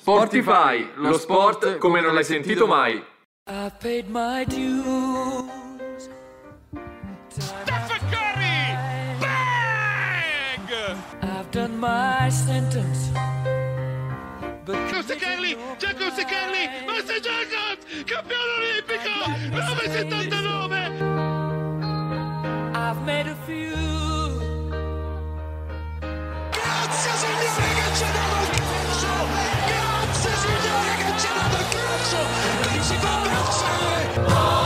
Sportify, lo sport come non l'hai sentito mai. I paid my dues. Stephen Curry! Bang! I've done my sentence. Giusto Carli, Giacomo Carli, Master Jacobs, campione olimpico, 979! I've made a few. Grazie signore che ci ha dato il calcio! Grazie signore che ci ha dato il calcio! Qui si fa abbracciare!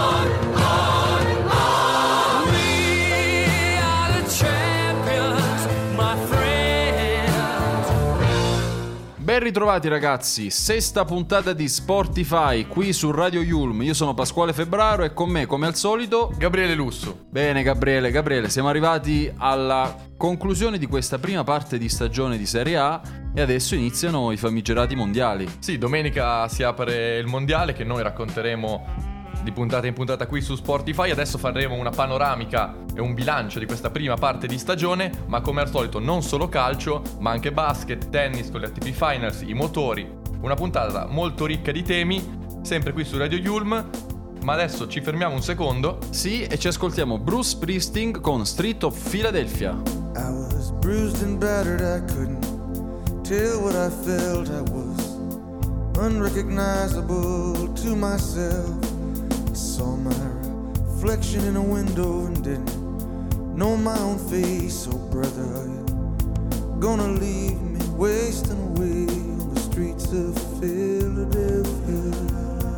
We are the champions, my friends. Ben ritrovati ragazzi, sesta puntata di Sportify qui su Radio Yulm. Io sono Pasquale Febbraro e con me, come al solito, Gabriele Lusso. Bene Gabriele, siamo arrivati alla conclusione di questa prima parte di stagione di Serie A e adesso iniziano i famigerati mondiali. Sì, domenica si apre il mondiale che noi racconteremo di puntata in puntata qui su Sportify. Adesso faremo una panoramica e un bilancio di questa prima parte di stagione, ma come al solito non solo calcio, ma anche basket, tennis con le ATP Finals, i motori. Una puntata molto ricca di temi, sempre qui su Radio Yulm. Ma adesso ci fermiamo un secondo. Sì, e ci ascoltiamo Bruce Springsteen con Street of Philadelphia. I was bruised and battered, I couldn't tell what I felt. I was unrecognizable to myself. I saw my reflection in a window and didn't know my own face. Oh brother, are you gonna leave me wasting away on the streets of Philadelphia?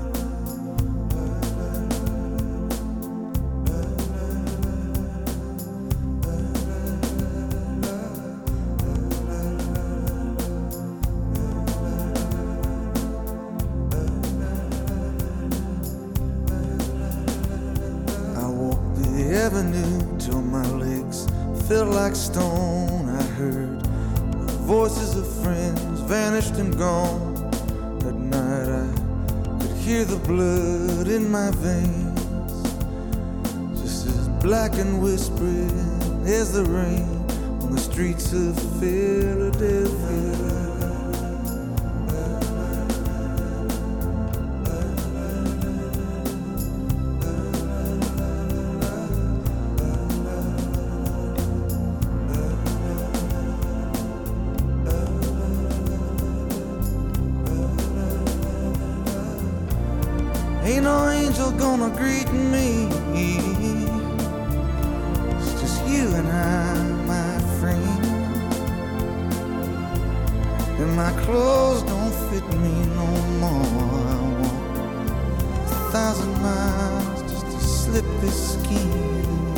Avenue till my legs felt like stone. I heard the voices of friends vanished and gone. At night I could hear the blood in my veins, just as black and whispering as the rain on the streets of Philadelphia. Ain't no angel gonna greet me. It's just you and I, my friend. And my clothes don't fit me no more. I walk 1,000 miles just to slip this skin.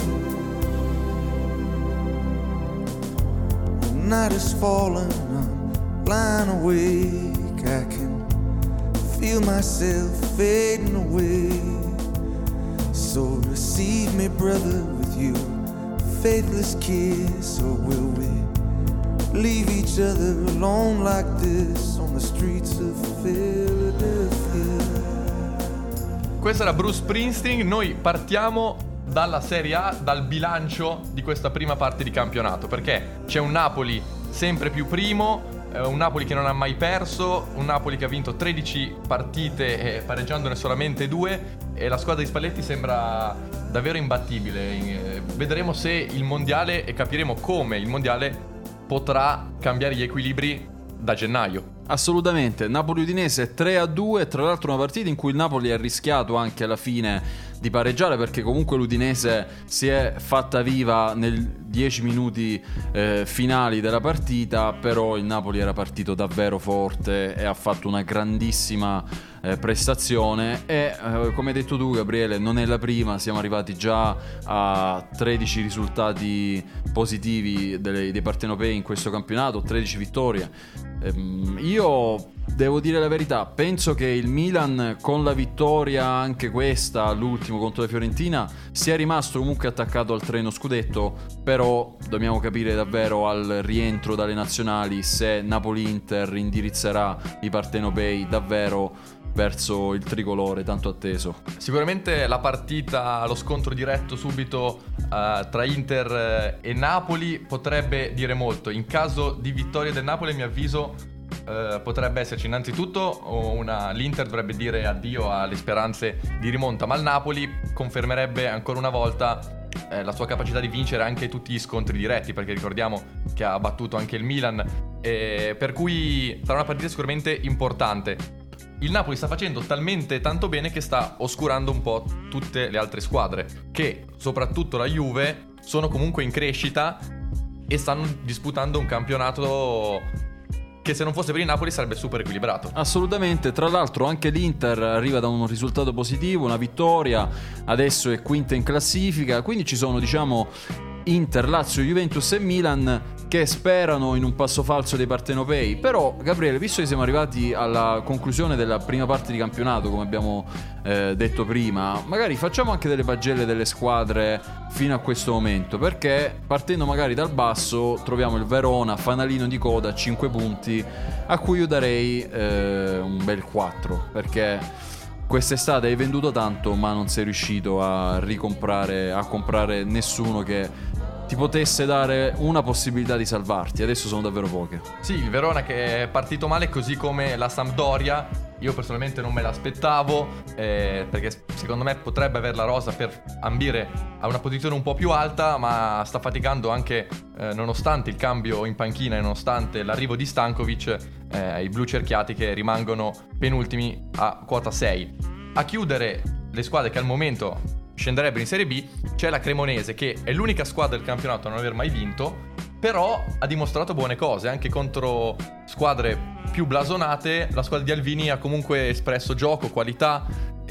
The night is falling, I'm lying awake. I can feel myself fading away. So receive me, brother, with your faithless kiss. Or will we leave each other alone like this on the streets of Philadelphia? Questo era Bruce Springsteen. Noi partiamo dalla Serie A, dal bilancio di questa prima parte di campionato, perché c'è un Napoli sempre più primo, un Napoli che non ha mai perso, un Napoli che ha vinto 13 partite pareggiandone solamente 2, e la squadra di Spalletti sembra davvero imbattibile. Vedremo se il mondiale, e capiremo come il mondiale potrà cambiare gli equilibri da gennaio. Assolutamente, Napoli-Udinese 3-2, tra l'altro una partita in cui il Napoli ha rischiato anche alla fine di pareggiare, perché comunque l'Udinese si è fatta viva nei 10 minuti finali della partita, però il Napoli era partito davvero forte e ha fatto una grandissima prestazione e come hai detto tu Gabriele, non è la prima, siamo arrivati già a 13 risultati positivi dei partenopei in questo campionato, 13 vittorie. Io devo dire la verità, penso che il Milan con la vittoria anche questa, l'ultimo contro la Fiorentina, sia rimasto comunque attaccato al treno scudetto, però dobbiamo capire davvero al rientro dalle nazionali se Napoli-Inter indirizzerà i partenopei davvero verso il tricolore tanto atteso. Sicuramente la partita, lo scontro diretto subito tra Inter e Napoli potrebbe dire molto. In caso di vittoria del Napoli, a mio avviso, potrebbe esserci innanzitutto l'Inter dovrebbe dire addio alle speranze di rimonta, ma il Napoli confermerebbe ancora una volta la sua capacità di vincere anche tutti gli scontri diretti, perché ricordiamo che ha battuto anche il Milan, per cui sarà una partita sicuramente importante. Il Napoli sta facendo talmente tanto bene che sta oscurando un po' tutte le altre squadre, che soprattutto la Juve sono comunque in crescita e stanno disputando un campionato che se non fosse per il Napoli sarebbe super equilibrato. Assolutamente, tra l'altro anche l'Inter arriva da un risultato positivo, una vittoria, adesso è quinta in classifica, quindi ci sono, diciamo, Inter, Lazio, Juventus e Milan che sperano in un passo falso dei partenopei. Però, Gabriele, visto che siamo arrivati alla conclusione della prima parte di campionato, come abbiamo detto prima, magari facciamo anche delle pagelle delle squadre fino a questo momento, perché partendo magari dal basso troviamo il Verona, fanalino di coda, 5 punti, a cui io darei un bel 4, perché quest'estate hai venduto tanto ma non sei riuscito a comprare nessuno che ti potesse dare una possibilità di salvarti. Adesso sono davvero poche. Sì, il Verona che è partito male, così come la Sampdoria. Io personalmente non me l'aspettavo, perché secondo me potrebbe avere la rosa per ambire a una posizione un po' più alta, ma sta faticando anche nonostante il cambio in panchina e nonostante l'arrivo di Stankovic, i blu cerchiati che rimangono penultimi a quota 6. A chiudere le squadre che al momento scenderebbero in Serie B c'è la Cremonese, che è l'unica squadra del campionato a non aver mai vinto, però ha dimostrato buone cose anche contro squadre più blasonate. La squadra di Alvini ha comunque espresso gioco, qualità,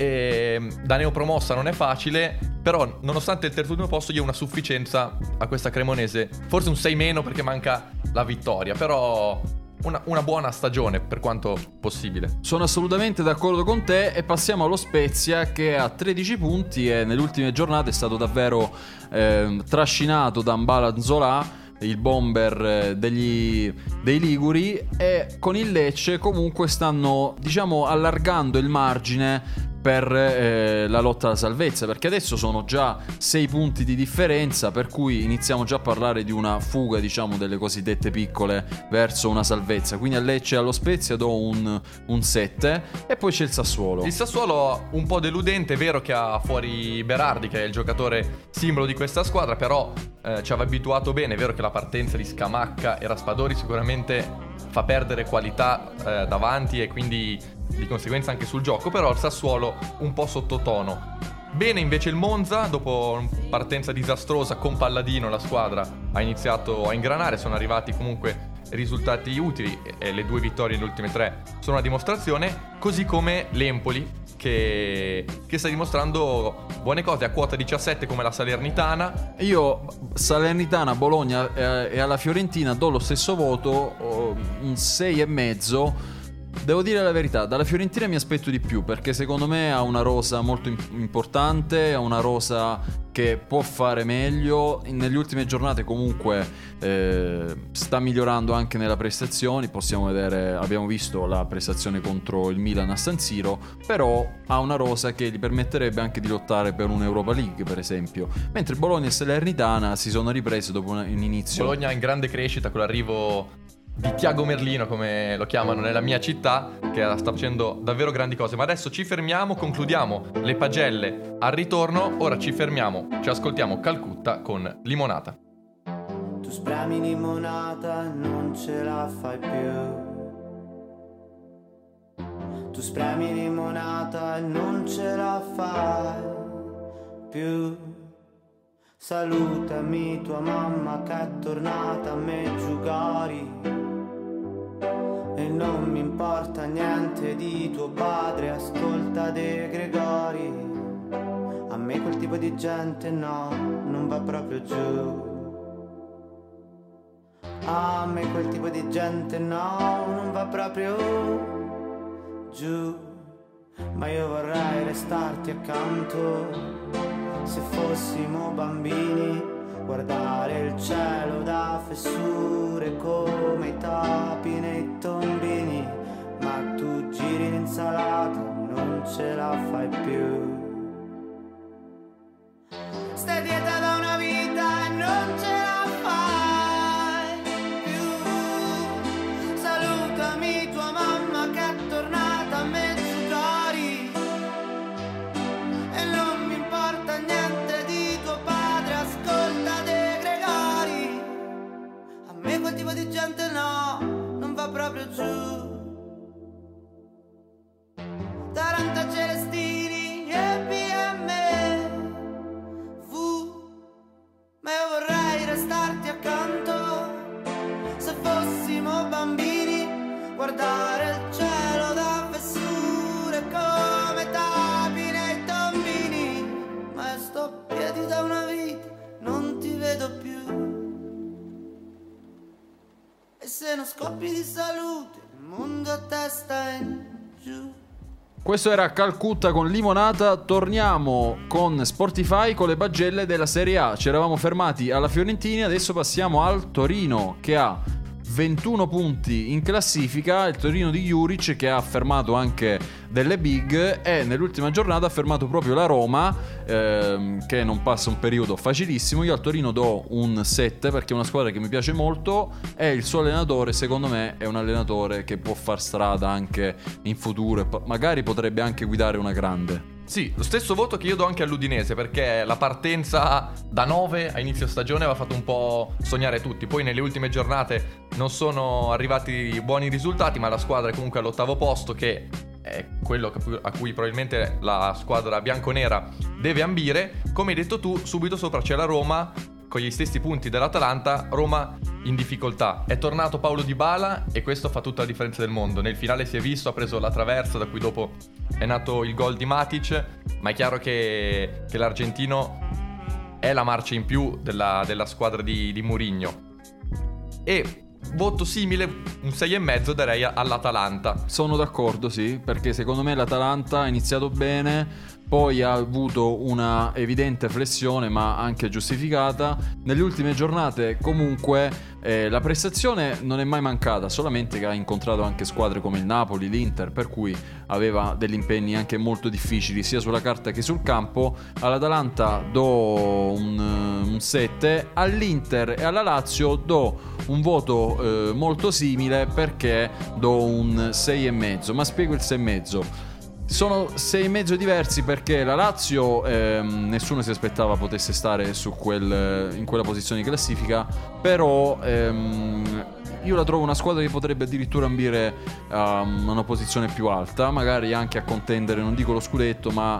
e da neopromossa non è facile, però nonostante il terzultimo posto io ho una sufficienza a questa Cremonese, forse un 6 meno perché manca la vittoria, però una buona stagione per quanto possibile. Sono assolutamente d'accordo con te, e passiamo allo Spezia, che ha 13 punti e nelle ultime giornate è stato davvero trascinato da Mbala Zola, il bomber dei Liguri, e con il Lecce comunque stanno, diciamo, allargando il margine per la lotta alla salvezza, perché adesso sono già 6 punti di differenza, per cui iniziamo già a parlare di una fuga, diciamo, delle cosiddette piccole verso una salvezza. Quindi a Lecce e allo Spezia do un 7, e poi c'è il Sassuolo. Il Sassuolo un po' deludente, è vero che ha fuori Berardi, che è il giocatore simbolo di questa squadra, però ci aveva abituato bene. È vero che la partenza di Scamacca e Raspadori sicuramente fa perdere qualità davanti e quindi di conseguenza anche sul gioco, però il Sassuolo un po' sottotono. Bene invece il Monza, dopo una partenza disastrosa con Palladino la squadra ha iniziato a ingranare, sono arrivati comunque risultati utili e le 2 vittorie nelle ultime 3 sono una dimostrazione, così come l'Empoli che sta dimostrando buone cose a quota 17 come la Salernitana. Io Salernitana, Bologna e alla Fiorentina do lo stesso voto, un 6,5. Devo dire la verità, dalla Fiorentina mi aspetto di più, perché secondo me ha una rosa molto importante, ha una rosa che può fare meglio. Nelle ultime giornate comunque sta migliorando anche nelle prestazioni. Possiamo vedere, abbiamo visto la prestazione contro il Milan a San Siro, però ha una rosa che gli permetterebbe anche di lottare per un'Europa League, per esempio, mentre Bologna e Salernitana si sono riprese dopo un inizio. Bologna in grande crescita con l'arrivo di Tiago Merlino, come lo chiamano nella mia città, che sta facendo davvero grandi cose. Ma adesso ci fermiamo, concludiamo le pagelle al ritorno. Ora ci fermiamo, ci ascoltiamo Calcutta con Limonata. Tu spremi limonata e non ce la fai più. Tu spremi limonata e non ce la fai più. Salutami tua mamma che è tornata a me giugari. E non mi importa niente di tuo padre, ascolta De Gregori. A me quel tipo di gente no, non va proprio giù. A me quel tipo di gente no, non va proprio giù. Ma io vorrei restarti accanto, se fossimo bambini, guardare il cielo da fessure come i topi nei tombini. Ma tu giri l'insalata, non ce la fai più. Stai dieta da una vita e non ce la fai più. Salutami scoppi di salute, il mondo a testa in giù. Questo era Calcutta con Limonata. Torniamo con Sportify con le pagelle della Serie A. Ci eravamo fermati alla Fiorentina, adesso passiamo al Torino che ha 21 punti in classifica, il Torino di Juric che ha fermato anche delle big e nell'ultima giornata ha fermato proprio la Roma che non passa un periodo facilissimo. Io al Torino do un 7 perché è una squadra che mi piace molto e il suo allenatore secondo me è un allenatore che può far strada anche in futuro e magari potrebbe anche guidare una grande. Sì, lo stesso voto che io do anche all'Udinese, perché la partenza da 9 a inizio stagione aveva fatto un po' sognare tutti. Poi nelle ultime giornate non sono arrivati buoni risultati, ma la squadra è comunque all'8° posto, che è quello a cui probabilmente la squadra bianconera deve ambire. Come hai detto tu, subito sopra c'è la Roma con gli stessi punti dell'Atalanta, Roma in difficoltà. È tornato Paulo Dybala e questo fa tutta la differenza del mondo. Nel finale si è visto, ha preso la traversa da cui dopo è nato il gol di Matic, ma è chiaro che l'argentino è la marcia in più della squadra di Mourinho. E voto simile, un 6,5 darei all'Atalanta. Sono d'accordo, sì, perché secondo me l'Atalanta ha iniziato bene, poi ha avuto una evidente flessione ma anche giustificata. Nelle ultime giornate comunque la prestazione non è mai mancata, solamente che ha incontrato anche squadre come il Napoli, l'Inter, per cui aveva degli impegni anche molto difficili sia sulla carta che sul campo. All'Atalanta do un 7, all'Inter e alla Lazio do un voto molto simile perché do un 6,5, ma spiego il 6,5. Sono 6,5 diversi perché la Lazio nessuno si aspettava potesse stare in quella posizione di classifica, però io la trovo una squadra che potrebbe addirittura ambire a una posizione più alta, magari anche a contendere, non dico lo scudetto, ma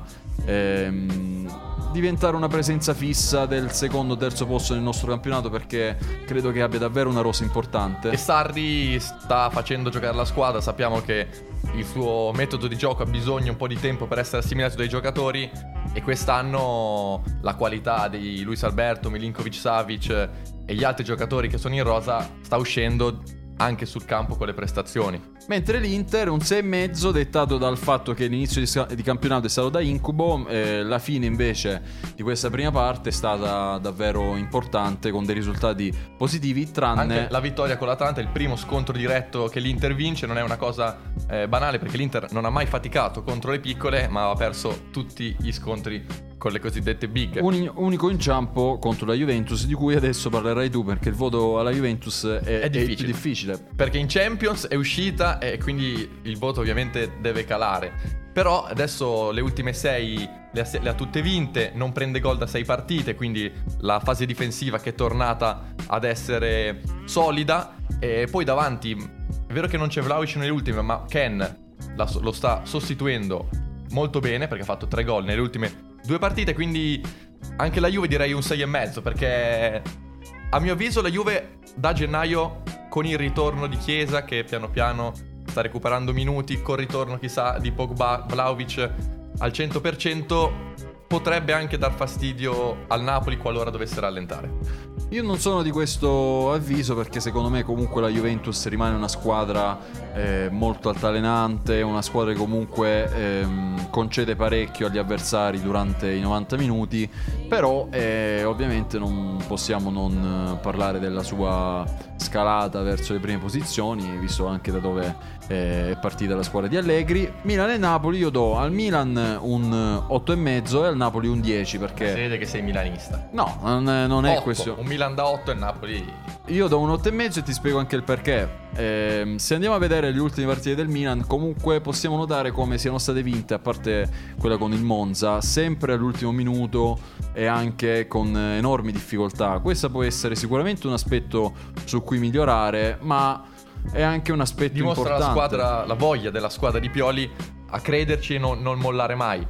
diventare una presenza fissa del secondo o terzo posto nel nostro campionato, perché credo che abbia davvero una rosa importante. E Sarri sta facendo giocare la squadra, sappiamo che il suo metodo di gioco ha bisogno un po' di tempo per essere assimilato dai giocatori e quest'anno la qualità di Luis Alberto, Milinkovic-Savic e gli altri giocatori che sono in rosa sta uscendo anche sul campo con le prestazioni. Mentre l'Inter un 6,5 dettato dal fatto che l'inizio di campionato è stato da incubo, la fine invece di questa prima parte è stata davvero importante con dei risultati positivi, tranne anche la vittoria con l'Atalanta, il primo scontro diretto che l'Inter vince. Non è una cosa banale perché l'Inter non ha mai faticato contro le piccole, ma ha perso tutti gli scontri con le cosiddette big. Unico inciampo contro la Juventus, di cui adesso parlerai tu, perché il voto alla Juventus è più difficile. Perché in Champions è uscita e quindi il voto ovviamente deve calare. Però adesso le ultime 6 le ha tutte vinte, non prende gol da 6 partite, quindi la fase difensiva che è tornata ad essere solida. E poi davanti, è vero che non c'è Vlahovic nelle ultime, ma Ken lo sta sostituendo molto bene perché ha fatto 3 gol nelle ultime 2 partite, quindi anche la Juve direi un 6,5, perché a mio avviso la Juve da gennaio, con il ritorno di Chiesa che piano piano sta recuperando minuti, col ritorno chissà di Pogba, Vlahovic al 100%, potrebbe anche dar fastidio al Napoli qualora dovesse rallentare. Io non sono di questo avviso, perché secondo me comunque la Juventus rimane una squadra molto altalenante, una squadra che comunque concede parecchio agli avversari durante i 90 minuti, però ovviamente non possiamo non parlare della sua scalata verso le prime posizioni, visto anche da dove è partita la squadra di Allegri. Milan e Napoli, io do al Milan un 8,5 e al Napoli un 10, perché Si vede che sei milanista. no, non è 8, questo. un Milan da 8 e Napoli. Io do un 8,5 e ti spiego anche il perché. Se andiamo a vedere le ultime partite del Milan, comunque possiamo notare come siano state vinte, a parte quella con il Monza, sempre all'ultimo minuto e anche con enormi difficoltà. Questa può essere sicuramente un aspetto su cui migliorare, ma è anche un aspetto Dimostra importante. la voglia della squadra di Pioli a crederci e non mollare mai.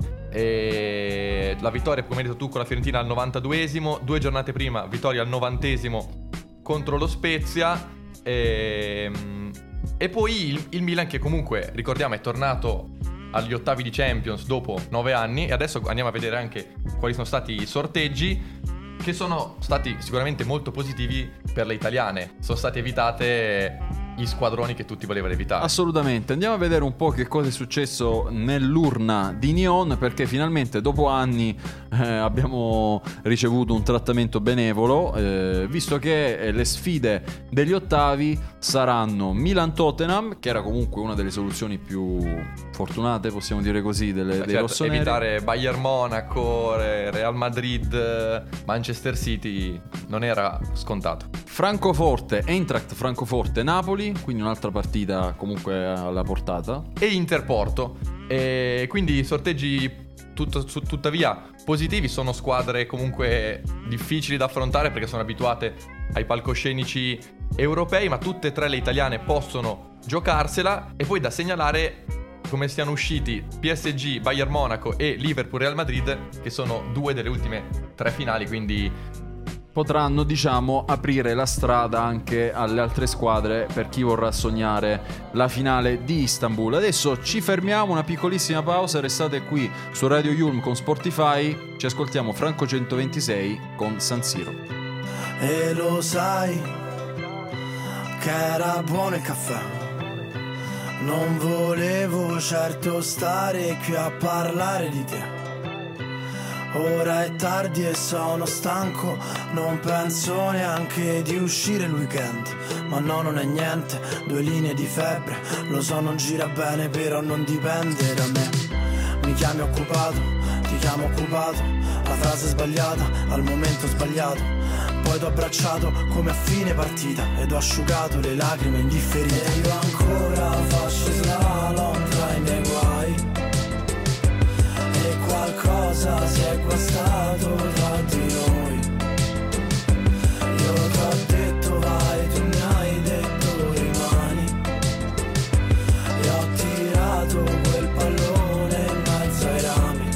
E la vittoria, come hai detto tu, con la Fiorentina al 92esimo, 2 giornate prima vittoria al 90esimo contro lo Spezia, e poi il Milan, che comunque ricordiamo è tornato agli ottavi di Champions dopo 9 anni, e adesso andiamo a vedere anche quali sono stati i sorteggi, che sono stati sicuramente molto positivi per le italiane. Sono state evitate gli squadroni che tutti volevano evitare. Assolutamente. Andiamo a vedere un po' che cosa è successo nell'urna di Nyon, perché finalmente dopo anni abbiamo ricevuto un trattamento benevolo, visto che le sfide degli ottavi saranno Milan-Tottenham, che era comunque una delle soluzioni più fortunate, possiamo dire così, dei Certo, rossoneri. evitare Bayern Monaco, Real Madrid, Manchester City non era scontato. Francoforte, Eintracht Francoforte, Napoli, quindi un'altra partita comunque alla portata. E Interporto. E quindi sorteggi tuttavia positivi, sono squadre comunque difficili da affrontare perché sono abituate ai palcoscenici europei, ma tutte e tre le italiane possono giocarsela. E poi da segnalare come siano usciti PSG, Bayern Monaco e Liverpool Real Madrid, che sono due delle ultime 3 finali, quindi potranno, diciamo, aprire la strada anche alle altre squadre per chi vorrà sognare la finale di Istanbul. Adesso ci fermiamo, una piccolissima pausa, restate qui su Radio Yulm con Spotify, ci ascoltiamo Franco 126 con San Siro. E lo sai che era buono il caffè, non volevo certo stare qui a parlare di te. Ora è tardi e sono stanco, non penso neanche di uscire il weekend. Ma no, non è niente, 2 linee di febbre, lo so non gira bene però non dipende da me. Mi chiami occupato, ti chiamo occupato, la frase sbagliata, al momento sbagliato. Poi t'ho abbracciato come a fine partita ed ho asciugato le lacrime indifferite. E io ancora faccio slalom tra i miei guai, qualcosa si è guastato tra di noi. Io t'ho detto vai, tu mi hai detto rimani, e ho tirato quel pallone in mezzo ai rami.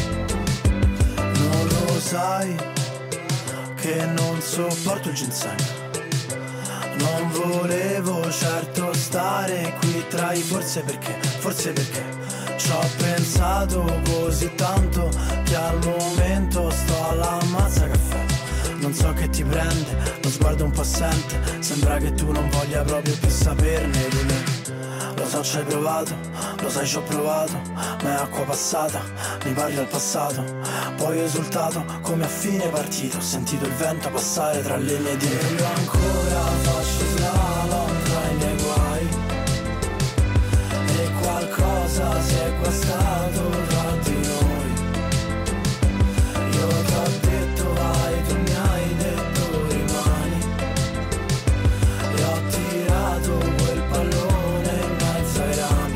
Non lo sai che non sopporto il ginseng, non volevo certo stare qui tra i forse perché ci ho pensato così tanto che al momento sto alla mazza caffè. Non so che ti prende, lo sguardo un po' assente, sembra che tu non voglia proprio più saperne di me. Lo so ci hai provato, lo sai ci ho provato, ma è acqua passata, mi parli al passato. Poi ho esultato come a fine partita, ho sentito il vento passare tra le mie dita. Io ancora faccio slalom tra i miei guai, e qualcosa si è guastato tra di noi. Io t'ho detto vai, tu mi hai detto rimani, e ho tirato quel pallone in mezzo ai rami.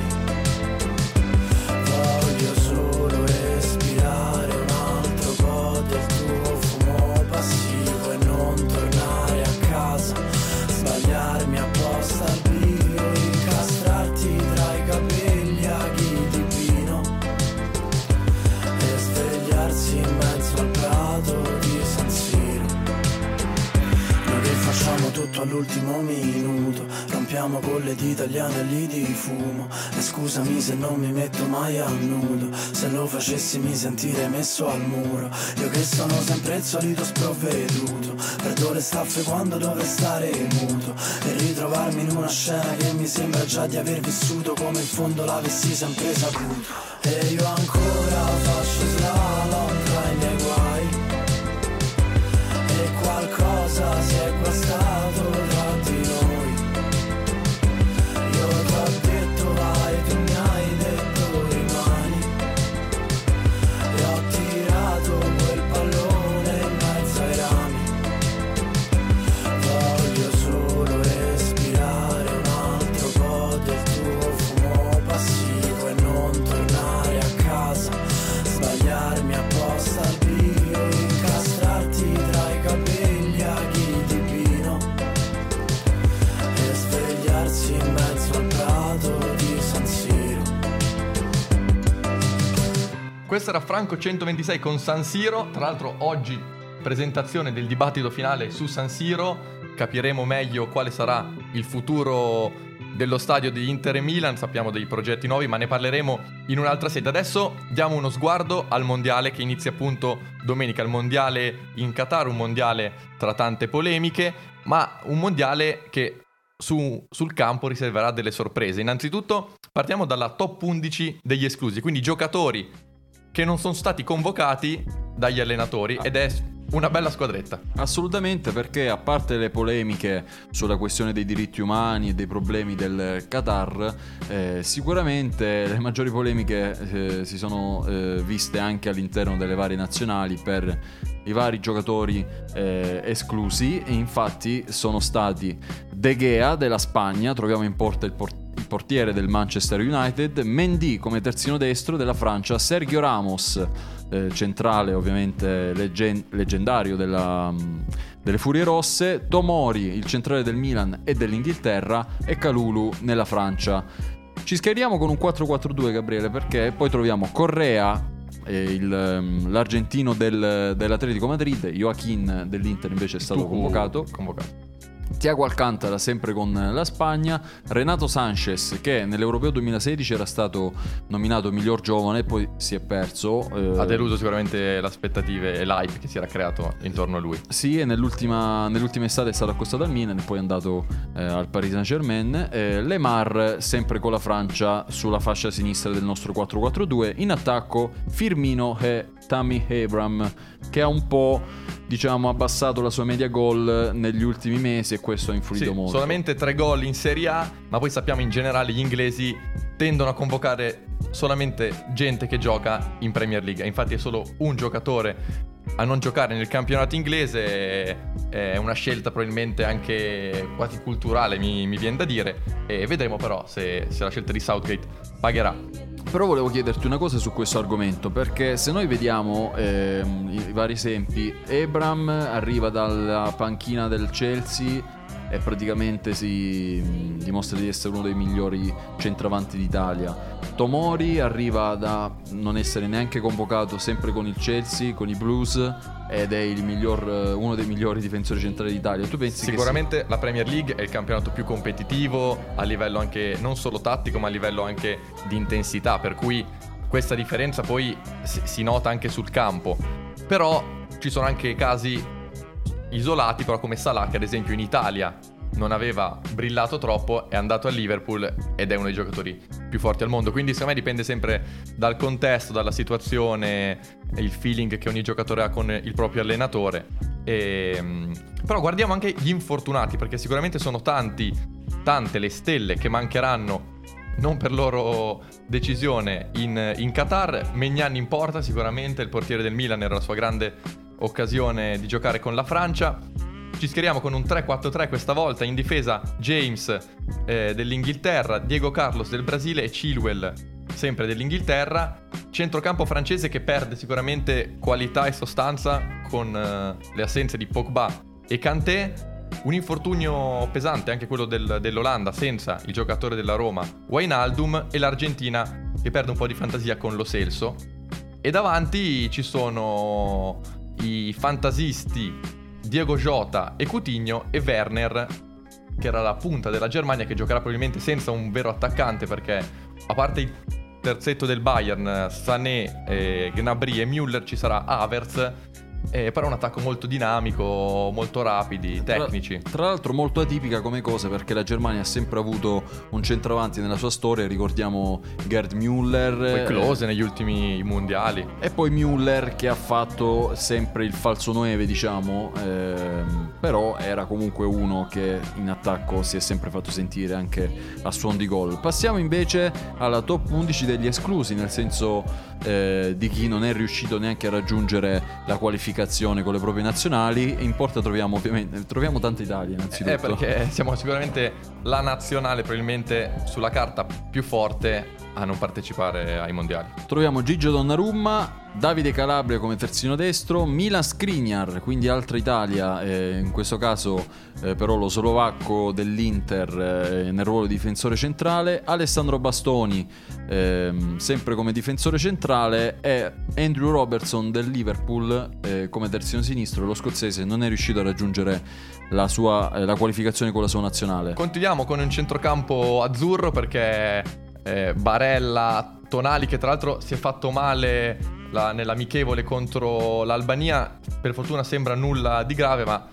Voglio solo respirare un altro po' del tuo fumo passivo e non tornare a casa, sbagliarmi apposta al bio, incastrarti tra i capelli aghi di pino e svegliarsi in mezzo al prato di San Siro. Noi che facciamo tutto all'ultimo minuto, rompiamo con le dita gli anelli di fumo. E scusami se non mi metto mai a nudo, se lo facessi mi sentirei messo al muro. Io che sono sempre il solito sprovveduto, perdo le staffe quando dovrei stare muto, e ritrovarmi in una scena che mi sembra già di aver vissuto, come in fondo l'avessi sempre saputo. E io ancora faccio slalom tra i miei guai, e qualcosa si è guastato tra di noi. Io t'ho detto vai, tu mi hai detto rimani, e ho tirato quel pallone in mezzo ai rami. Voglio solo respirare un altro po' del tuo fumo passivo e non tornare a casa, sbagliarmi apposta al bio, incastrarti tra i capelli aghi di pino e svegliarsi in mezzo al prato di San Siro. Questo era Franco 126 con San Siro. Tra l'altro oggi presentazione del dibattito finale su San Siro, capiremo meglio quale sarà il futuro dello stadio di Inter e Milan, sappiamo dei progetti nuovi, ma ne parleremo in un'altra sede. Adesso diamo uno sguardo al mondiale che inizia appunto domenica, il mondiale in Qatar, un mondiale tra tante polemiche, ma un mondiale che sul campo riserverà delle sorprese. Innanzitutto partiamo dalla top 11 degli esclusi, quindi giocatori che non sono stati convocati dagli allenatori, ed è una bella squadretta. Assolutamente, perché a parte le polemiche sulla questione dei diritti umani e dei problemi del Qatar, sicuramente le maggiori polemiche si sono viste anche all'interno delle varie nazionali per i vari giocatori esclusi, e infatti sono stati De Gea della Spagna, troviamo in porta il portiere del Manchester United, Mendy come terzino destro della Francia, Sergio Ramos centrale ovviamente leggendario delle Furie Rosse, Tomori il centrale del Milan e dell'Inghilterra, e Kalulu nella Francia. Ci schieriamo con un 4-4-2, Gabriele, perché poi troviamo Correa, l'argentino dell'Atletico Madrid, Joaquin dell'Inter invece è stato convocato. Thiago Alcantara sempre con la Spagna, Renato Sanchez che nell'Europeo 2016 era stato nominato miglior giovane e poi si è perso. Ha deluso sicuramente le aspettative e l'hype che si era creato intorno a lui. Sì, e nell'ultima estate è stato accostato al Milan e poi è andato al Paris Saint-Germain. Lemar sempre con la Francia sulla fascia sinistra del nostro 4-4-2. In attacco Firmino e Tammy Abraham, che ha un po', diciamo, abbassato la sua media gol negli ultimi mesi, e questo ha influito molto. Solamente 3 gol in Serie A, ma poi sappiamo in generale gli inglesi tendono a convocare solamente gente che gioca in Premier League. Infatti è solo un giocatore a non giocare nel campionato inglese, è una scelta probabilmente anche quasi culturale, mi viene da dire, e vedremo però se la scelta di Southgate pagherà. Però volevo chiederti una cosa su questo argomento, perché se noi vediamo i vari esempi, Abraham arriva dalla panchina del Chelsea e praticamente si dimostra di essere uno dei migliori centravanti d'Italia. Tomori arriva da non essere neanche convocato, sempre con il Chelsea, con i Blues, ed è uno dei migliori difensori centrali d'Italia. Tu pensi sicuramente la Premier League è il campionato più competitivo a livello anche non solo tattico, ma a livello anche di intensità, per cui questa differenza poi si nota anche sul campo. Però ci sono anche casi isolati, però come Salah, che ad esempio in Italia non aveva brillato troppo, è andato al Liverpool ed è uno dei giocatori più forti al mondo. Quindi secondo me dipende sempre dal contesto, dalla situazione, il feeling che ogni giocatore ha con il proprio allenatore. Però guardiamo anche gli infortunati, perché sicuramente sono tante le stelle che mancheranno non per loro decisione in Qatar. Maignan in porta, sicuramente il portiere del Milan, era la sua grande occasione di giocare con la Francia. Ci schieriamo con un 3-4-3 questa volta. In difesa James dell'Inghilterra, Diego Carlos del Brasile e Chilwell sempre dell'Inghilterra. Centrocampo francese che perde sicuramente qualità e sostanza con le assenze di Pogba e Kanté. Un infortunio pesante anche quello dell'Olanda senza il giocatore della Roma Wijnaldum, e l'Argentina che perde un po' di fantasia con Lo Celso. E davanti ci sono i fantasisti Diego Jota e Coutinho, e Werner che era la punta della Germania, che giocherà probabilmente senza un vero attaccante, perché a parte il terzetto del Bayern, Sané, Gnabry e Müller, ci sarà Havertz. Però un attacco molto dinamico, molto rapidi, tecnici. Tra l'altro molto atipica come cosa, perché la Germania ha sempre avuto un centravanti nella sua storia. Ricordiamo Gerd Müller, poi Klose negli ultimi mondiali, e poi Müller che ha fatto sempre il falso 9, diciamo, però era comunque uno che in attacco si è sempre fatto sentire anche a suon di gol. Passiamo invece alla top 11 degli esclusi, nel senso di chi non è riuscito neanche a raggiungere la qualificazione con le proprie nazionali. In porta troviamo tanta Italia, innanzitutto, perché siamo sicuramente la nazionale probabilmente sulla carta più forte a non partecipare ai mondiali. Troviamo Gigio Donnarumma, Davide Calabria come terzino destro, Milan Skriniar, quindi altra Italia, in questo caso però lo slovacco dell'Inter nel ruolo di difensore centrale, Alessandro Bastoni sempre come difensore centrale, e Andrew Robertson del Liverpool come terzino sinistro. Lo scozzese non è riuscito a raggiungere la qualificazione con la sua nazionale. Continuiamo con un centrocampo azzurro, perché Barella, Tonali, che tra l'altro si è fatto male nell'amichevole contro l'Albania, per fortuna sembra nulla di grave, ma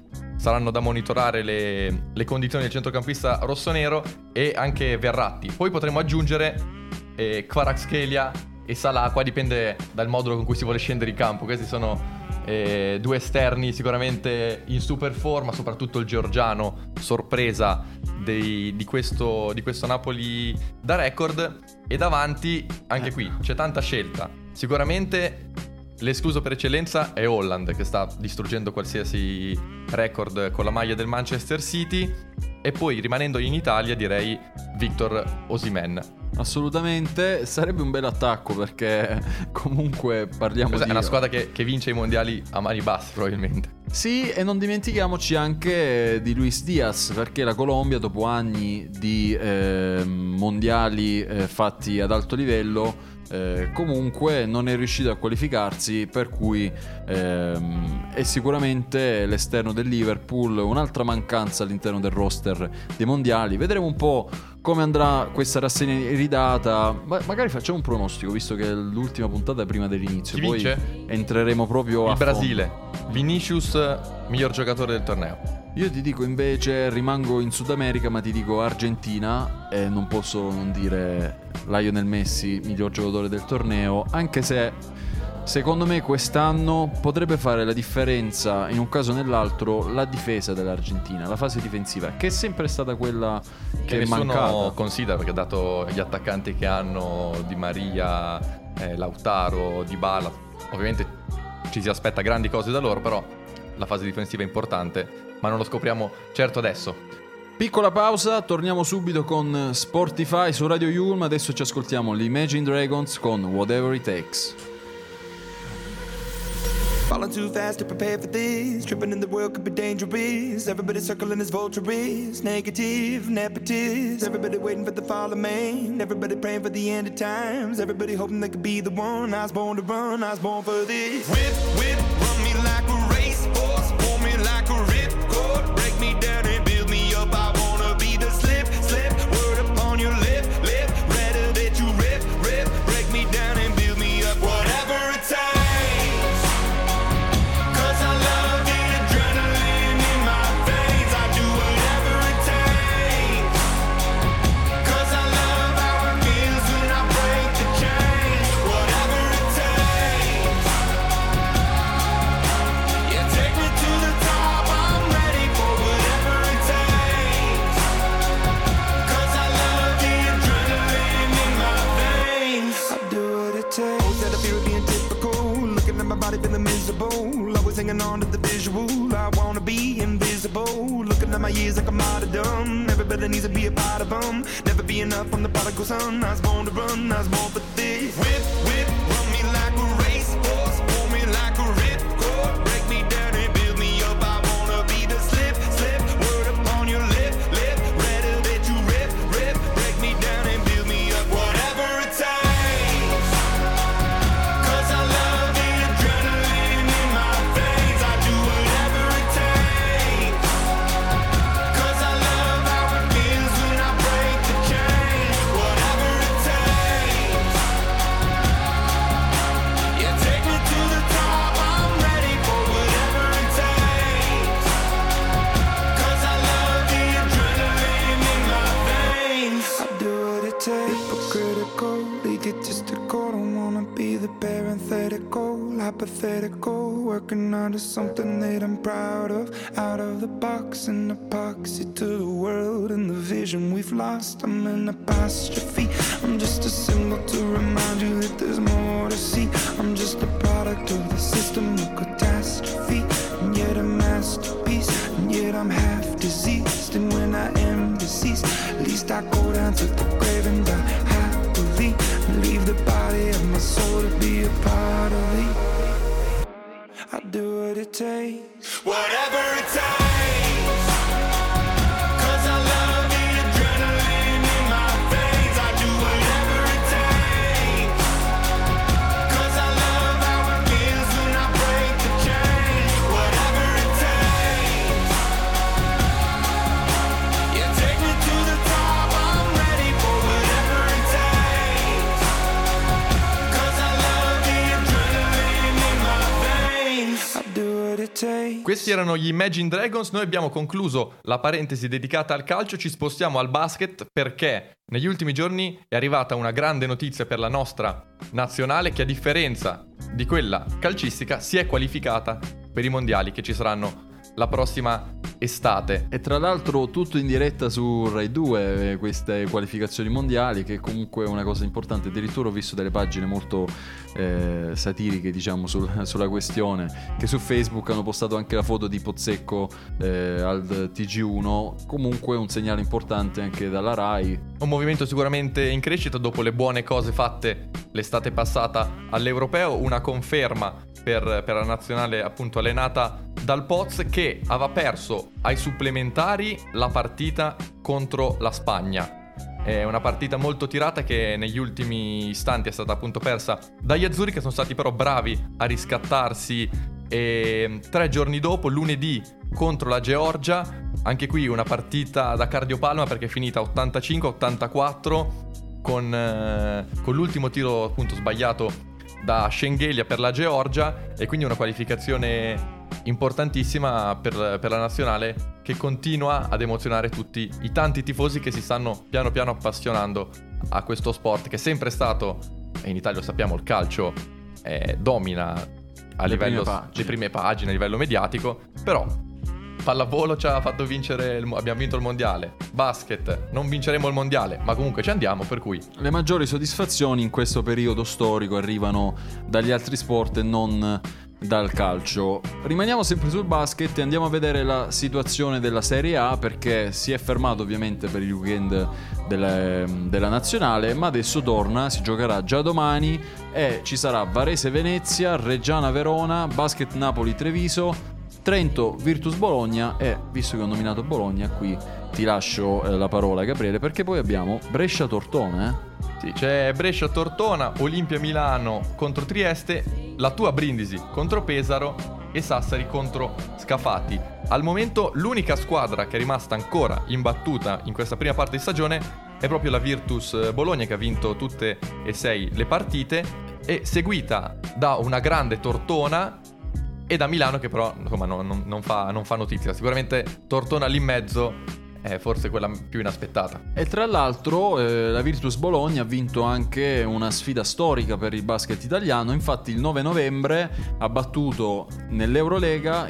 saranno da monitorare le condizioni del centrocampista rossonero e anche Verratti. Poi potremo aggiungere Kvaratskhelia e Salah, qua dipende dal modulo con cui si vuole scendere in campo. Questi sono due esterni sicuramente in super forma, soprattutto il georgiano, sorpresa di questo Napoli da record. E davanti, anche qui, c'è tanta scelta. Sicuramente l'escluso per eccellenza è Haaland, che sta distruggendo qualsiasi record con la maglia del Manchester City. E poi, rimanendo in Italia, direi Victor Osimhen. Assolutamente, sarebbe un bel attacco, perché comunque parliamo di... È una squadra che vince i mondiali a mani basse, probabilmente. Sì, e non dimentichiamoci anche di Luis Diaz, perché la Colombia, dopo anni di mondiali fatti ad alto livello, comunque non è riuscito a qualificarsi, per cui è sicuramente l'esterno del Liverpool, un'altra mancanza all'interno del roster dei mondiali. Vedremo un po' come andrà questa rassegna iridata. Magari facciamo un pronostico, visto che è l'ultima puntata prima dell'inizio. Chi poi vince? Entreremo proprio Il Brasile. Vinicius, miglior giocatore del torneo. Io ti dico invece, rimango in Sud America, ma ti dico Argentina, e non posso non dire Lionel Messi, miglior giocatore del torneo, anche se secondo me quest'anno potrebbe fare la differenza in un caso o nell'altro la difesa dell'Argentina, la fase difensiva, che è sempre stata quella che è nessuno mancata. considera, perché dato gli attaccanti che hanno, Di Maria, Lautaro, Dybala, ovviamente ci si aspetta grandi cose da loro, però la fase difensiva è importante, ma non lo scopriamo certo adesso. Piccola pausa, torniamo subito con Sportify su Radio Yulm. Adesso ci ascoltiamo gli Imagine Dragons con Whatever It Takes. Falling too fast to prepare for this. Tripping in the world could be dangerous. Everybody circling as vultures. Negative, nepotist. Everybody waiting for the fall of man. Everybody praying for the end of times. Everybody hoping they could be the one. I was born to run, I was born for this. Whip, whip, run me like a racehorse. Pull me like a ripcord. Break me down and build me up. I wanna be the slip, slip. Word upon your lip, lip. Rather that you rip, rip. Break me down and build me up. Whatever it takes. Feeling miserable, always hanging on to the visual. I wanna be invisible, looking at my years like I'm martyrdom. Everybody needs to be a part of them. Never be enough, I'm the prodigal son. I was born to run, I was born for this. Whip, whip, run me like a racehorse. Pull me like a ripcord. Break me down and build me up. I wanna be the slip, slip. Word upon your lip, lip. Rather that you rip, rip. Break me down and build me up. Whatever it takes. Hypothetical, working out of something that I'm proud of. Out of the box, an epoxy to the world and the vision we've lost. I'm an apostrophe, I'm just a symbol to remind you that there's more to see. I'm just a product of the system of catastrophe, and yet a masterpiece, and yet I'm half diseased. And when I am deceased, at least I go down to the grave and die happily, and leave the body of my soul to be a part of me. I do what it takes, whatever it takes. Cause I love the adrenaline in my veins. I do whatever it takes. Cause I love how it feels when I break the chain. Whatever it takes. Yeah, take me to the top. I'm ready for whatever it takes. Cause I love the adrenaline in my veins. I do what it takes. Questi erano gli Imagine Dragons. Noi abbiamo concluso la parentesi dedicata al calcio, ci spostiamo al basket perché negli ultimi giorni è arrivata una grande notizia per la nostra nazionale che, a differenza di quella calcistica, si è qualificata per i mondiali che ci saranno la prossima estate. E tra l'altro tutto in diretta su Rai 2, queste qualificazioni mondiali, che comunque è una cosa importante. Addirittura ho visto delle pagine molto satiriche, diciamo, sulla questione, che su Facebook hanno postato anche la foto di Pozzecco al TG1. Comunque un segnale importante anche dalla Rai. Un movimento sicuramente in crescita dopo le buone cose fatte l'estate passata all'Europeo, una conferma per la nazionale appunto allenata dal Poz, che aveva perso ai supplementari la partita contro la Spagna. È una partita molto tirata che negli ultimi istanti è stata appunto persa dagli azzurri, che sono stati però bravi a riscattarsi, e 3 giorni dopo, lunedì, contro la Georgia, anche qui una partita da cardiopalma perché è finita 85-84 con l'ultimo tiro appunto sbagliato da Schengelia per la Georgia, e quindi una qualificazione importantissima per la nazionale, che continua ad emozionare tutti i tanti tifosi che si stanno piano piano appassionando a questo sport che è sempre stato, e in Italia lo sappiamo, il calcio domina a livello le prime pagine a livello mediatico, però pallavolo ci ha fatto vincere abbiamo vinto il mondiale, basket non vinceremo il mondiale, ma comunque ci andiamo, per cui le maggiori soddisfazioni in questo periodo storico arrivano dagli altri sport e non dal calcio. Rimaniamo sempre sul basket e andiamo a vedere la situazione della Serie A, perché si è fermato ovviamente per il weekend della nazionale, ma adesso torna, si giocherà già domani e ci sarà Varese Venezia, Reggiana Verona, Basket Napoli Treviso, Trento Virtus Bologna, e visto che ho nominato Bologna qui ti lascio la parola, Gabriele, perché poi abbiamo Brescia Tortona. Sì, c'è Brescia Tortona, Olimpia Milano contro Trieste, la tua Brindisi contro Pesaro e Sassari contro Scafati. Al momento l'unica squadra che è rimasta ancora imbattuta in questa prima parte di stagione è proprio la Virtus Bologna, che ha vinto tutte e 6 le partite, e seguita da una grande Tortona e da Milano, che però insomma non fa notizia. Sicuramente Tortona lì in mezzo è forse quella più inaspettata. E tra l'altro la Virtus Bologna ha vinto anche una sfida storica per il basket italiano. Infatti il 9 novembre ha battuto in Eurolega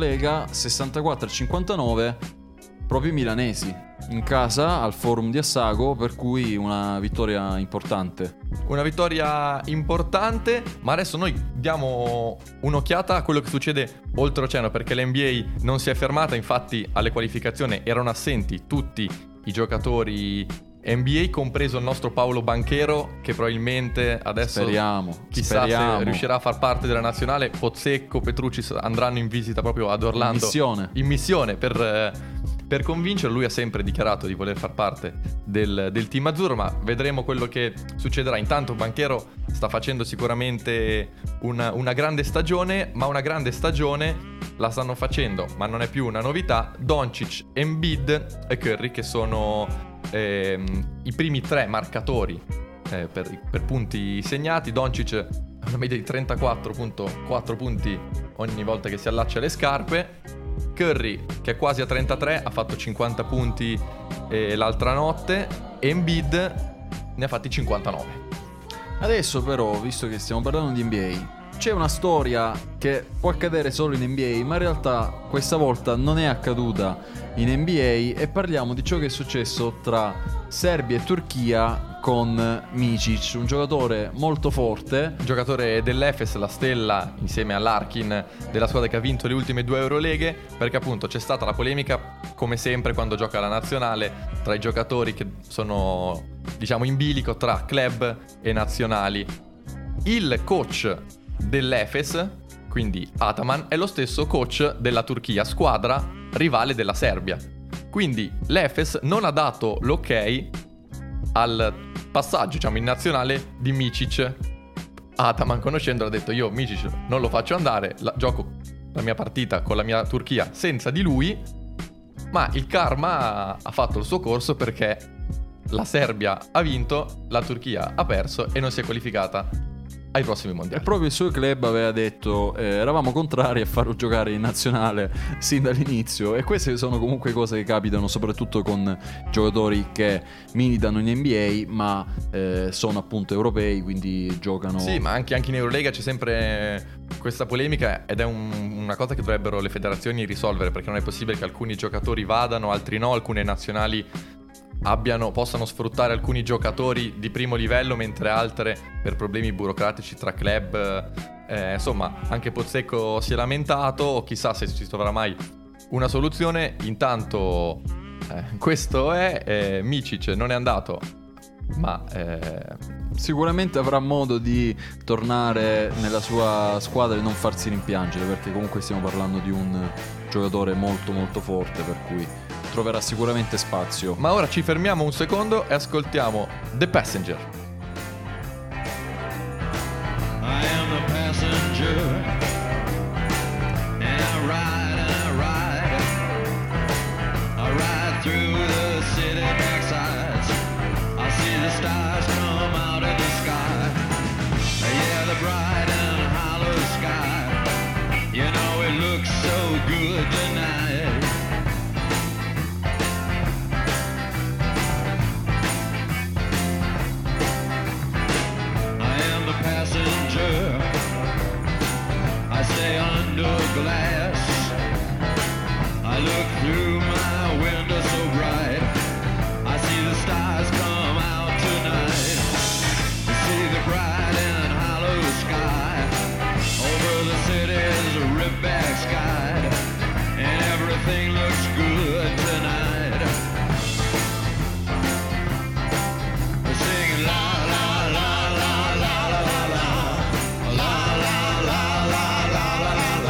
64-59 proprio i milanesi in casa al Forum di Assago, per cui una vittoria importante. Una vittoria importante, ma adesso noi diamo un'occhiata a quello che succede oltreoceano, perché l'NBA non si è fermata. Infatti alle qualificazioni erano assenti tutti i giocatori NBA, compreso il nostro Paolo Banchero, che probabilmente adesso chissà se riuscirà a far parte della nazionale. Pozzecco, Petrucci andranno in visita proprio ad Orlando in missione per convincerlo. Lui ha sempre dichiarato di voler far parte del team azzurro, ma vedremo quello che succederà. Intanto Banchero sta facendo sicuramente una grande stagione, ma una grande stagione la stanno facendo, ma non è più una novità, Doncic, Embiid e Curry, che sono i primi 3 marcatori per punti segnati. Doncic ha una media di 34.4 punti ogni volta che si allaccia le scarpe. Curry, che è quasi a 33, ha fatto 50 punti l'altra notte, e Embiid ne ha fatti 59. Adesso però, visto che stiamo parlando di NBA, c'è una storia che può accadere solo in NBA, ma in realtà questa volta non è accaduta in NBA, e parliamo di ciò che è successo tra Serbia e Turchia con Micic, un giocatore molto forte, un giocatore dell'Efes, la stella insieme all'Arkin della squadra che ha vinto le ultime 2 Euroleghe, perché appunto c'è stata la polemica, come sempre quando gioca la nazionale, tra i giocatori che sono, diciamo, in bilico tra club e nazionali. Il coach dell'Efes, quindi Ataman, è lo stesso coach della Turchia, squadra rivale della Serbia. Quindi l'Efes non ha dato l'ok al passaggio, diciamo, in nazionale di Micic. Ataman, conoscendolo, ha detto: io Micic non lo faccio andare, gioco la mia partita con la mia Turchia senza di lui. Ma il karma ha fatto il suo corso, perché la Serbia ha vinto, la Turchia ha perso e non si è qualificata ai prossimi E mondiali. proprio il suo club aveva detto eravamo contrari a farlo giocare in nazionale sin dall'inizio, e queste sono comunque cose che capitano soprattutto con giocatori che militano in NBA ma sono appunto europei, quindi giocano... Sì, ma anche in Eurolega c'è sempre questa polemica, ed è una cosa che dovrebbero le federazioni risolvere, perché non è possibile che alcuni giocatori vadano, altri no, alcune nazionali possano sfruttare alcuni giocatori di primo livello, mentre altre per problemi burocratici tra club, insomma, anche Pozzecco si è lamentato, chissà se ci troverà mai una soluzione. Intanto questo è Micic non è andato, ma sicuramente avrà modo di tornare nella sua squadra e non farsi rimpiangere, perché comunque stiamo parlando di un giocatore molto molto forte, per cui troverà sicuramente spazio. Ma ora ci fermiamo un secondo e ascoltiamo The Passenger. I am the passenger, and I ride through the city backsides. I see the stars come out of the sky, yeah, the bright and hollow sky. You know it looks so good tonight. Passenger, I stay under glass. I look through my window so bright. I see the stars come out tonight. I see the bright and hollow sky over the city's rip-back sky, and everything looks good tonight. Singing la la la la la la la la la la la la la la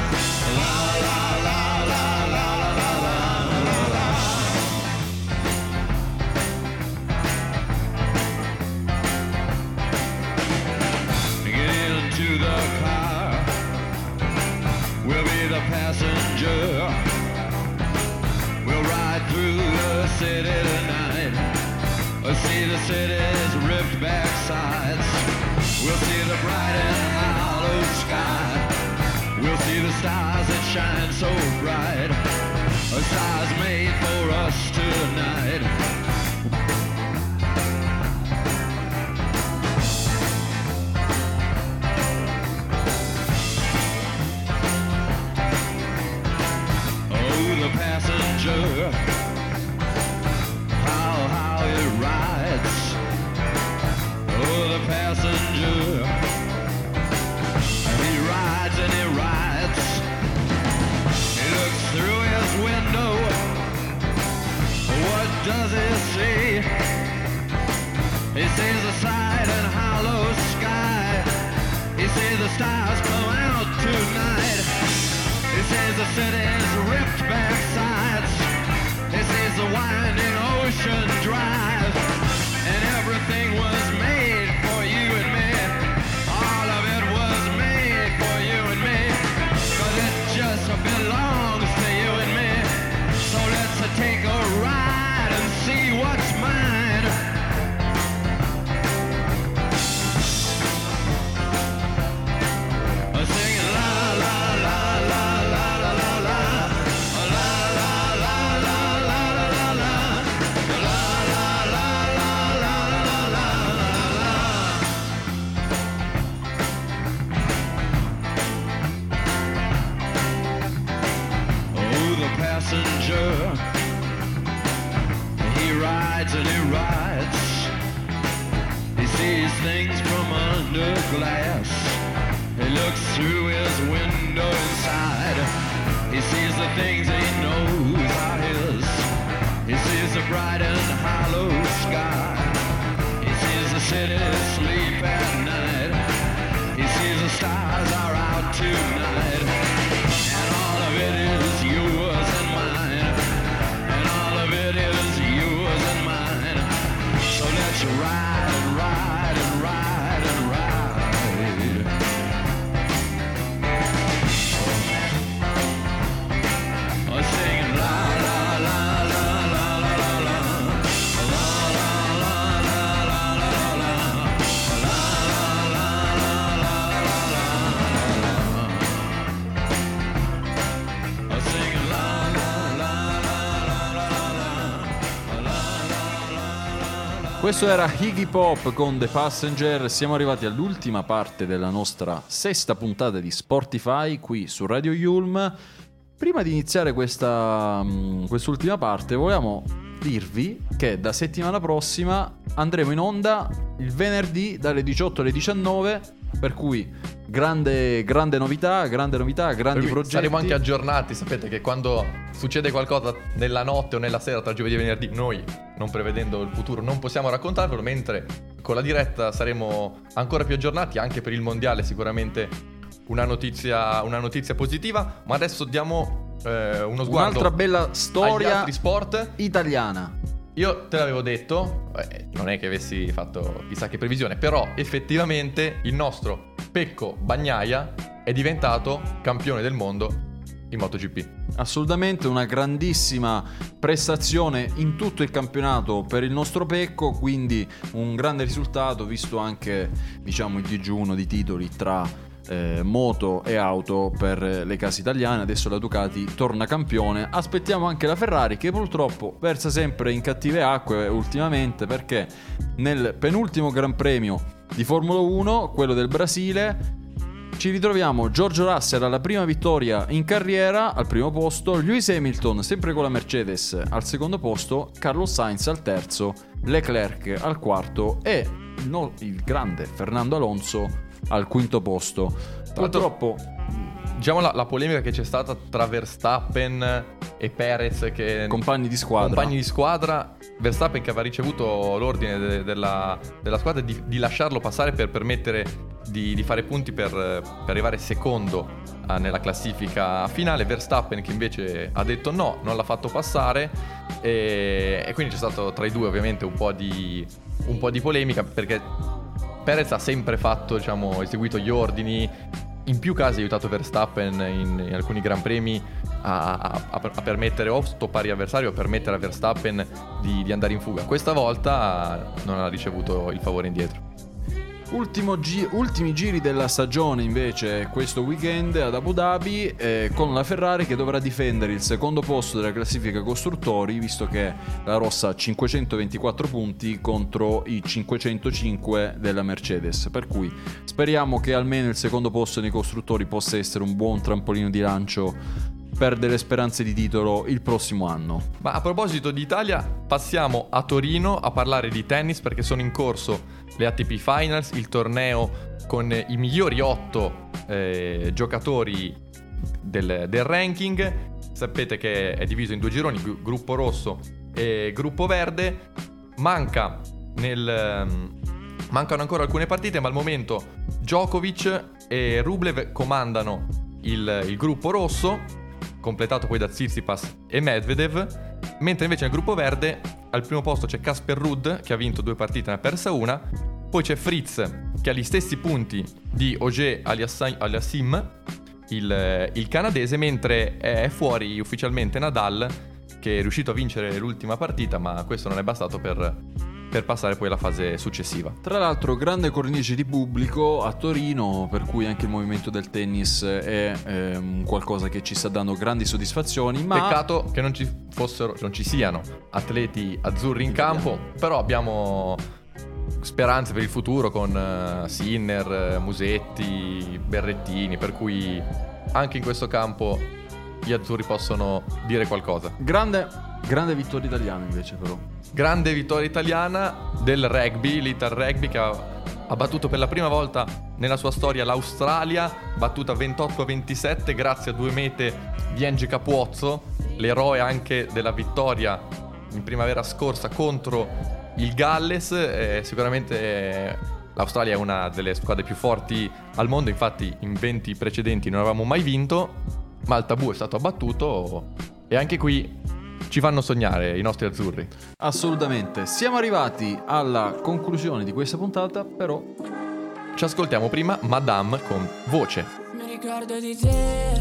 get into the car, we'll be the passenger. We'll ride through the city tonight. We'll see the city's ripped back sides. We'll see the bright and hollow sky. We'll see the stars that shine so bright. A stars made for us tonight. Oh, the passenger, how it rides. Oh, the passenger, he rides and he rides. He looks through his window. What does he see? He sees the side and hollow sky. He sees the stars come out tonight. He sees the city's ripped back sides. He sees the winding ocean drive. And everything was made for you and me. All of it was made for you and me. 'Cause it just belongs to you and me. So let's take a ride and see what's mine. Singing la la la la la la la la la la la la la la la Oh, the passenger, he rides and he rides. He sees things from under glass. He looks through his window inside. He sees the things he knows are his. He sees the bright and hollow sky. He sees the city sleep at night. He sees the stars are out tonight. And all of it is yours and mine. And all of it is yours and mine. So let's ride and ride and ride and ride. Singing la la la la la la la la la la la la la la la Questo era Iggy Pop con The Passenger. Siamo arrivati all'ultima parte della nostra sesta puntata di Sportify qui su Radio Yulm. Prima di iniziare quest'ultima parte vogliamo dirvi che da settimana prossima andremo in onda il venerdì dalle 18 alle 19, per cui grande novità, grandi progetti. Saremo anche aggiornati, sapete che quando succede qualcosa nella notte o nella sera tra giovedì e venerdì, noi, non prevedendo il futuro, non possiamo raccontarvelo, mentre con la diretta saremo ancora più aggiornati, anche per il mondiale sicuramente una notizia positiva. Ma adesso diamo uno sguardo, un'altra bella storia agli altri sport italiana. Io te l'avevo detto, non è che avessi fatto chissà che previsione, però effettivamente il nostro Pecco Bagnaia è diventato campione del mondo in MotoGP. Assolutamente una grandissima prestazione in tutto il campionato per il nostro Pecco, quindi un grande risultato visto anche, diciamo, il digiuno di titoli tra moto e auto per le case italiane. Adesso la Ducati torna campione. Aspettiamo anche la Ferrari, che purtroppo versa sempre in cattive acque ultimamente, perché nel penultimo Gran Premio di Formula 1, quello del Brasile, ci ritroviamo George Russell alla prima vittoria in carriera al primo posto, Lewis Hamilton sempre con la Mercedes al secondo posto, Carlos Sainz al terzo, Leclerc al quarto e il grande Fernando Alonso al quinto posto. Purtroppo, diciamo, la polemica che c'è stata tra Verstappen e Perez, che compagni di squadra, Verstappen che aveva ricevuto l'ordine della squadra di lasciarlo passare per permettere di fare punti per arrivare secondo nella classifica finale. Verstappen che invece ha detto no, non l'ha fatto passare, e quindi c'è stato tra i due ovviamente un po' di polemica, perché Perez ha sempre fatto, diciamo, eseguito gli ordini, in più casi ha aiutato Verstappen in alcuni Gran Premi a permettere o stoppare l'avversario o permettere a Verstappen di andare in fuga. Questa volta non ha ricevuto il favore indietro. Ultimi giri della stagione invece questo weekend ad Abu Dhabi, con la Ferrari che dovrà difendere il secondo posto della classifica costruttori, visto che la rossa ha 524 punti contro i 505 della Mercedes, per cui speriamo che almeno il secondo posto nei costruttori possa essere un buon trampolino di lancio per delle speranze di titolo il prossimo anno. Ma a proposito di Italia, passiamo a Torino a parlare di tennis, perché sono in corso le ATP Finals, il torneo con i migliori 8 giocatori del ranking. Sapete che è diviso in due gironi, gruppo rosso e gruppo verde. Mancano ancora alcune partite, ma al momento Djokovic e Rublev comandano il gruppo rosso, completato poi da Tsitsipas e Medvedev, mentre invece nel gruppo verde al primo posto c'è Casper Ruud, che ha vinto 2 partite e ne ha persa una, poi c'è Fritz che ha gli stessi punti di Auger Aliassime, il canadese, mentre è fuori ufficialmente Nadal, che è riuscito a vincere l'ultima partita, ma questo non è bastato per passare poi alla fase successiva. Tra l'altro grande cornice di pubblico a Torino, per cui anche il movimento del tennis è qualcosa che ci sta dando grandi soddisfazioni, ma peccato che non ci siano atleti azzurri in campo, però abbiamo speranze per il futuro con Sinner, Musetti, Berrettini, per cui anche in questo campo gli azzurri possono dire qualcosa. Grande vittoria italiana invece, però. Grande vittoria italiana del rugby, l'Ital Rugby, che ha battuto per la prima volta nella sua storia l'Australia, battuta 28-27 grazie a 2 mete di Angie Capuozzo, l'eroe anche della vittoria in primavera scorsa contro il Galles. Sicuramente l'Australia è una delle squadre più forti al mondo, infatti in 20 precedenti non avevamo mai vinto, ma il tabù è stato abbattuto e anche qui ci fanno sognare i nostri azzurri. Assolutamente. Siamo arrivati alla conclusione di questa puntata, però ci ascoltiamo prima Madame con Voce. Mi ricordo di te.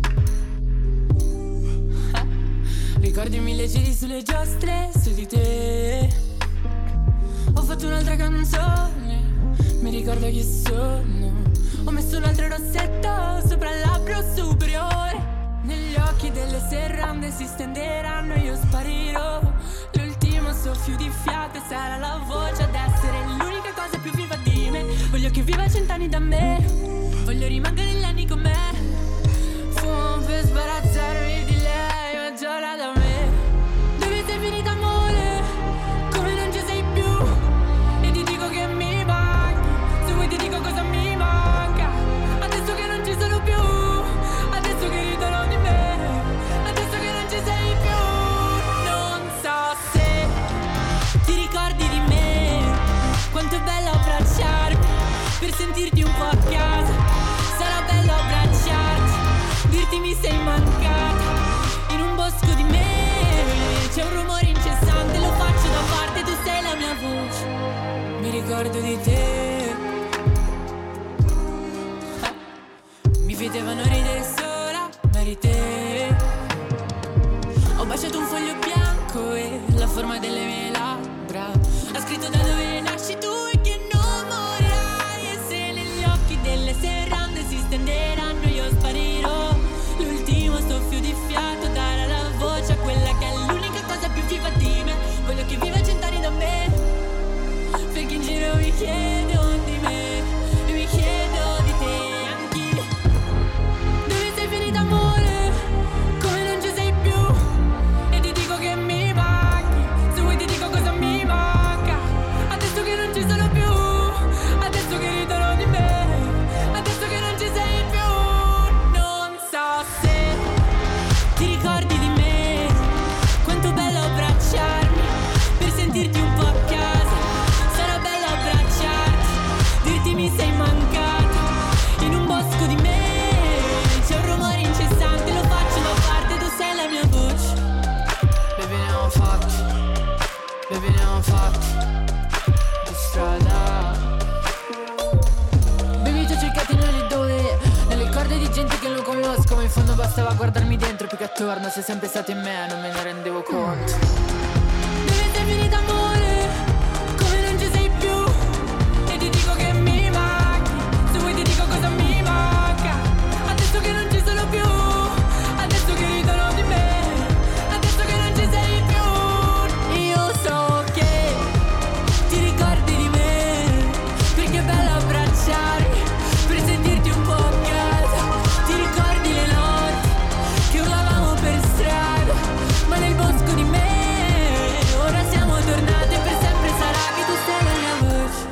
Ricordi 1000 giri sulle giostre su di te. Ho fatto un'altra canzone, mi ricordo chi sono. Ho messo un altro rossetto sopra il labbro superiore. Negli occhi delle serrande si stenderanno e io sparirò. L'ultimo l'ultimo soffio di fiato e sarà la voce ad essere l'unica cosa più viva di me. Voglio che viva 100 anni da me, voglio rimanere negli anni con me. Fumo per sbarazzarmi di lei, ma giora da me. Dove sei finita amore, come non ci sei più. E ti dico che mi manchi, se vuoi ti dico cosa mi manca. Adesso che non ci sono più, adesso che ridono di me, adesso che non ci sei più. Non so se ti ricordi di me, quanto è bello abbracciarmi, per sentirti un po' a casa. Sarà bello abbracciarti, dirti mi sei mancata. In un bosco di me c'è un rumore incessante, lo faccio da parte, tu sei la mia voce. Mi ricordo di te, mi vedevano ridere sola, ma eri te. Ho baciato un foglio bianco e la forma delle mie labbra ha scritto da dove nasci tu e che non morirai. E se negli occhi delle serrande si stenderanno io sparirò. L'ultimo soffio di fiato darà la voce a quella che è l'unica cosa più viva di me. Voglio che viva 100 anni da me, perché in giro mi chiedo di me e mi chiedo di te anch'io. Dove sei finita amore, come non ci sei più. E ti dico che mi manchi, se vuoi ti dico cosa mi manca. Adesso che non ci sono più, adesso che ridono di me, adesso che non ci sei più. Non so se ti ricordi di me, quanto bello abbracciarmi, per sentirti un po' a casa. Sarà bello abbracciarti, dirti mi sei mancata. In un bosco di me c'è un rumore incessante, lo faccio da parte, tu sei la mia voce. Baby ne ho fatti, baby ne ho fatti di strada. Baby ti ho cercati nelle dove, nelle corde di gente che non conosco, ma in fondo bastava guardarmi dentro più che attorno. Sei sempre stato in me, non me ne rendevo conto. Dove sei finita amore, come non ci sei più. E ti dico che mi manchi, se vuoi ti dico cosa mi manca. Adesso che non ci sono più, adesso che ridono di me, adesso che non ci sei più. Io so che ti ricordi di me, perché è bello abbracciarmi, per sentirti un po' a casa. Ti ricordi le notti che urlavamo per strada, ma nel bosco di me ora siamo tornati e per sempre sarà che tu sei la mia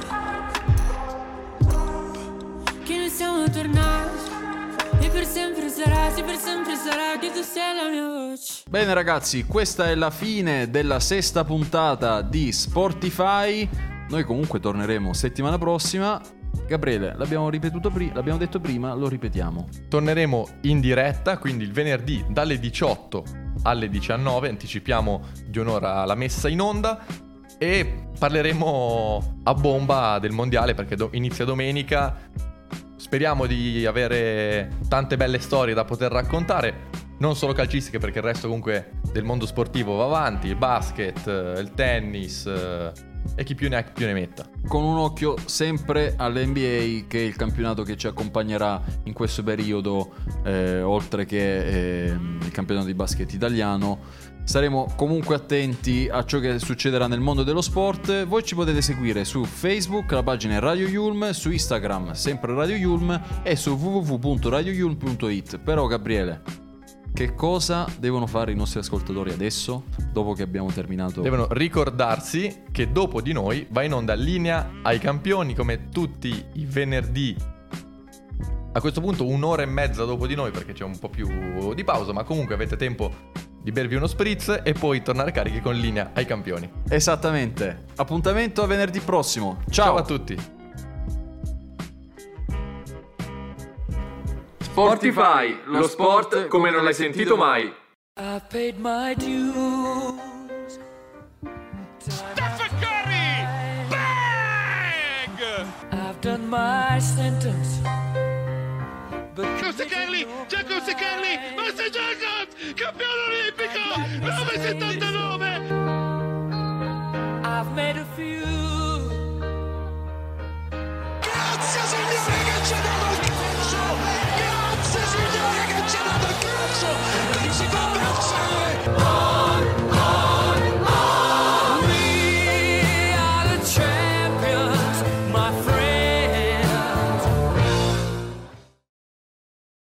voce. Che noi siamo tornati e per sempre sarà, sì per sempre sarà che tu sei la mia voce. Bene ragazzi, questa è la fine della sesta puntata di Sportify. Noi comunque torneremo settimana prossima. Gabriele, l'abbiamo detto prima, lo ripetiamo. Torneremo in diretta, quindi il venerdì dalle 18 alle 19, anticipiamo di un'ora la messa in onda e parleremo a bomba del mondiale perché inizia domenica. Speriamo di avere tante belle storie da poter raccontare, non solo calcistiche perché il resto comunque del mondo sportivo va avanti, il basket, il tennis e chi più ne ha più ne metta. Con un occhio sempre all'NBA, che è il campionato che ci accompagnerà in questo periodo, oltre che il campionato di basket italiano. Saremo comunque attenti a ciò che succederà nel mondo dello sport. Voi ci potete seguire su Facebook, la pagina è Radio Yulm, su Instagram sempre Radio Yulm e su www.radioyulm.it. Però Gabriele, che cosa devono fare i nostri ascoltatori adesso, dopo che abbiamo terminato? Devono ricordarsi che dopo di noi va in onda Linea ai Campioni, come tutti i venerdì. A questo punto un'ora e mezza dopo di noi perché c'è un po' più di pausa, ma comunque avete tempo di bervi uno spritz e poi tornare carichi con Linea ai Campioni. Esattamente. Appuntamento a venerdì prossimo. Ciao a tutti. Sportify, lo sport come non l'hai sentito mai. I paid my dues. Stephen Curry! Bang! I've done my sentence. Giusto Kelly, Giacuzzi Kelly, Master Jacobs, campione olimpico, 979! I've made a few. Grazie signore che ci ha dato il calcio! Grazie signore che ci ha dato il calcio!